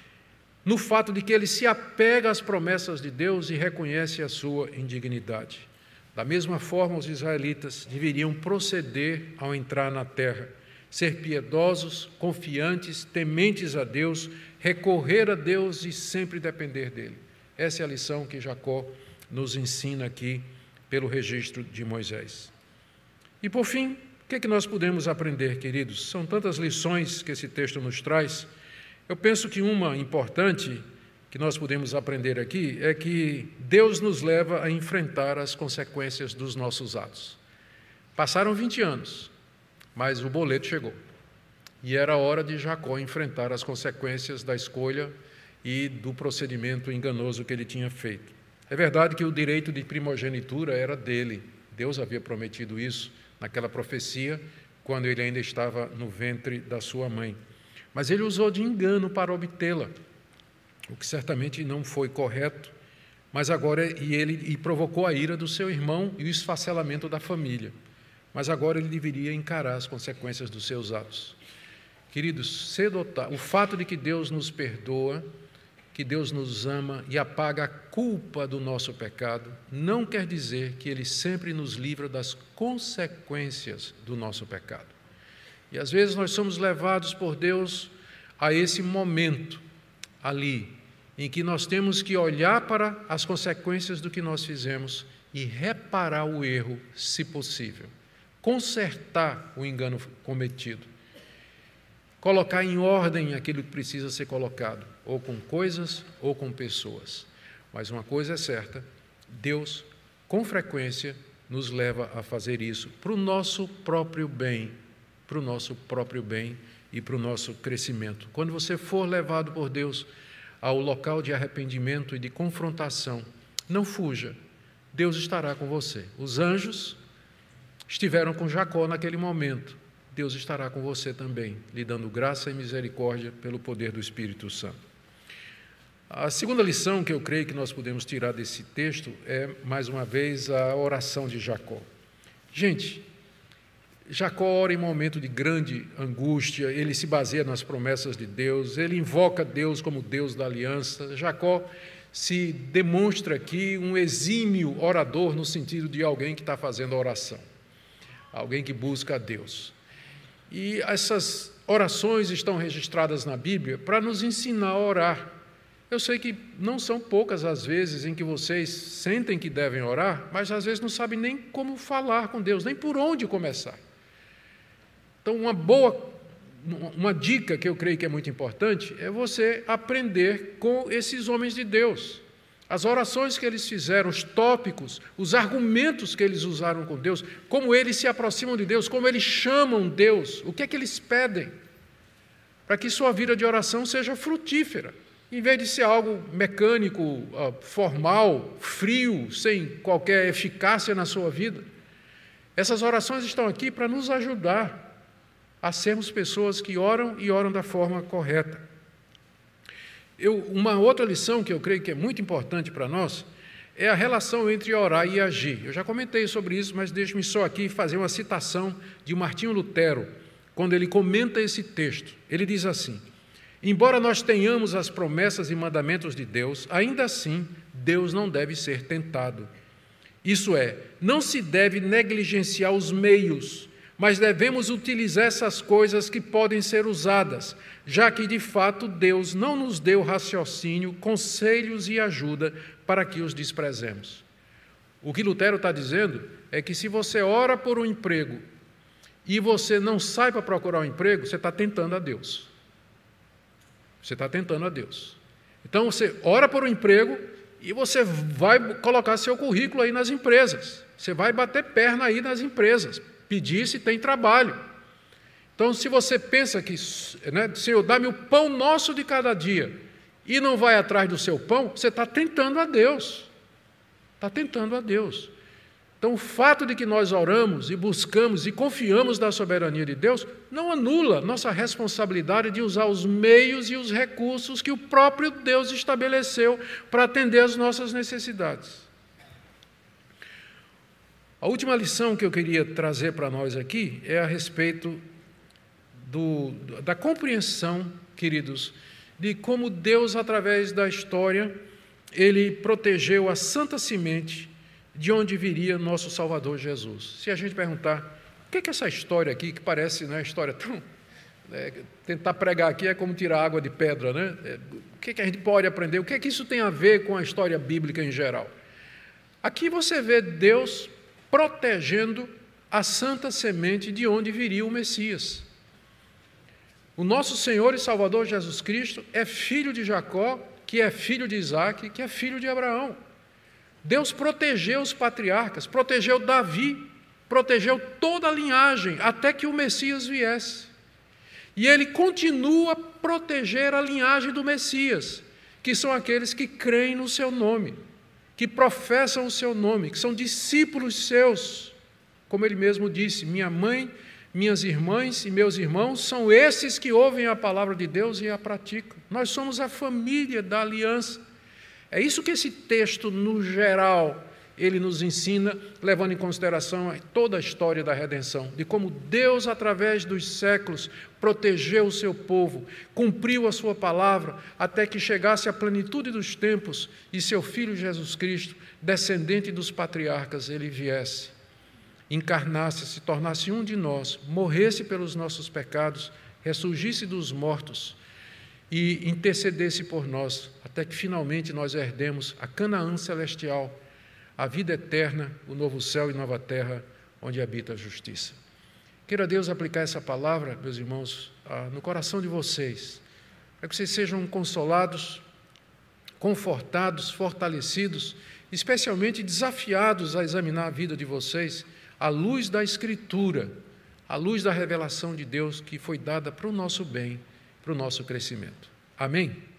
no fato de que ele se apega às promessas de Deus e reconhece a sua indignidade. Da mesma forma, os israelitas deveriam proceder ao entrar na terra, ser piedosos, confiantes, tementes a Deus, recorrer a Deus e sempre depender dele. Essa é a lição que Jacó nos ensina aqui pelo registro de Moisés. E por fim, o que é que nós podemos aprender, queridos? São tantas lições que esse texto nos traz. Eu penso que uma importante que nós podemos aprender aqui é que Deus nos leva a enfrentar as consequências dos nossos atos. Passaram 20 anos, mas o boleto chegou. E era hora de Jacó enfrentar as consequências da escolha e do procedimento enganoso que ele tinha feito. É verdade que o direito de primogenitura era dele. Deus havia prometido isso naquela profecia, quando ele ainda estava no ventre da sua mãe. Mas ele usou de engano para obtê-la, o que certamente não foi correto, mas agora ele provocou a ira do seu irmão e o esfacelamento da família. Mas agora ele deveria encarar as consequências dos seus atos. Queridos, cedo ou tarde, o fato de que Deus nos perdoa, que Deus nos ama e apaga a culpa do nosso pecado, não quer dizer que Ele sempre nos livra das consequências do nosso pecado. E às vezes nós somos levados por Deus a esse momento ali, em que nós temos que olhar para as consequências do que nós fizemos e reparar o erro, se possível, consertar o engano cometido, colocar em ordem aquilo que precisa ser colocado, ou com coisas ou com pessoas. Mas uma coisa é certa, Deus, com frequência, nos leva a fazer isso para o nosso próprio bem, e para o nosso crescimento. Quando você for levado por Deus ao local de arrependimento e de confrontação, não fuja, Deus estará com você. Os anjos estiveram com Jacó naquele momento, Deus estará com você também, lhe dando graça e misericórdia pelo poder do Espírito Santo. A segunda lição que eu creio que nós podemos tirar desse texto é, mais uma vez, a oração de Jacó. Gente, Jacó ora em momento de grande angústia, ele se baseia nas promessas de Deus, ele invoca Deus como Deus da aliança. Jacó se demonstra aqui um exímio orador no sentido de alguém que está fazendo oração, alguém que busca a Deus. E essas orações estão registradas na Bíblia para nos ensinar a orar. Eu sei que não são poucas as vezes em que vocês sentem que devem orar, mas às vezes não sabem nem como falar com Deus, nem por onde começar. Então, uma dica que eu creio que é muito importante é você aprender com esses homens de Deus. As orações que eles fizeram, os tópicos, os argumentos que eles usaram com Deus, como eles se aproximam de Deus, como eles chamam Deus, o que é que eles pedem, para que sua vida de oração seja frutífera, em vez de ser algo mecânico, formal, frio, sem qualquer eficácia na sua vida. Essas orações estão aqui para nos ajudar a sermos pessoas que oram e oram da forma correta. Uma outra lição que eu creio que é muito importante para nós é a relação entre orar e agir. Eu já comentei sobre isso, mas deixe-me só aqui fazer uma citação de Martinho Lutero, quando ele comenta esse texto. Ele diz assim: embora nós tenhamos as promessas e mandamentos de Deus, ainda assim Deus não deve ser tentado. Isso é, não se deve negligenciar os meios, mas devemos utilizar essas coisas que podem ser usadas, já que, de fato, Deus não nos deu raciocínio, conselhos e ajuda para que os desprezemos. O que Lutero está dizendo é que se você ora por um emprego e você não sai para procurar um emprego, você está tentando a Deus. Você está tentando a Deus. Então, você ora por um emprego e você vai colocar seu currículo aí nas empresas. Você vai bater perna aí nas empresas, pedir se tem trabalho. Então, se você pensa que, Senhor, dá-me o pão nosso de cada dia, e não vai atrás do seu pão, você está tentando a Deus. Está tentando a Deus. Então, o fato de que nós oramos e buscamos e confiamos na soberania de Deus não anula nossa responsabilidade de usar os meios e os recursos que o próprio Deus estabeleceu para atender às nossas necessidades. A última lição que eu queria trazer para nós aqui é a respeito da compreensão, queridos, de como Deus, através da história, Ele protegeu a santa semente de onde viria nosso Salvador Jesus. Se a gente perguntar, o que é essa história aqui, que parece uma história tão... tentar pregar aqui é como tirar água de pedra, né? O que a gente pode aprender? O que é que isso tem a ver com a história bíblica em geral? Aqui você vê Deus protegendo a santa semente de onde viria o Messias. O nosso Senhor e Salvador Jesus Cristo é filho de Jacó, que é filho de Isaac, que é filho de Abraão. Deus protegeu os patriarcas, protegeu Davi, protegeu toda a linhagem, até que o Messias viesse. E Ele continua a proteger a linhagem do Messias, que são aqueles que creem no seu nome, que professam o seu nome, que são discípulos seus. Como ele mesmo disse, minha mãe, minhas irmãs e meus irmãos são esses que ouvem a palavra de Deus e a praticam. Nós somos a família da aliança. É isso que esse texto, no geral, ele nos ensina, levando em consideração toda a história da redenção, de como Deus, através dos séculos, protegeu o seu povo, cumpriu a sua palavra, até que chegasse a plenitude dos tempos e seu Filho Jesus Cristo, descendente dos patriarcas, ele viesse, encarnasse, se tornasse um de nós, morresse pelos nossos pecados, ressurgisse dos mortos e intercedesse por nós, até que finalmente nós herdemos a Canaã celestial, a vida eterna, o novo céu e nova terra, onde habita a justiça. Queira Deus aplicar essa palavra, meus irmãos, no coração de vocês, para que vocês sejam consolados, confortados, fortalecidos, especialmente desafiados a examinar a vida de vocês à luz da Escritura, à luz da revelação de Deus que foi dada para o nosso bem, para o nosso crescimento. Amém?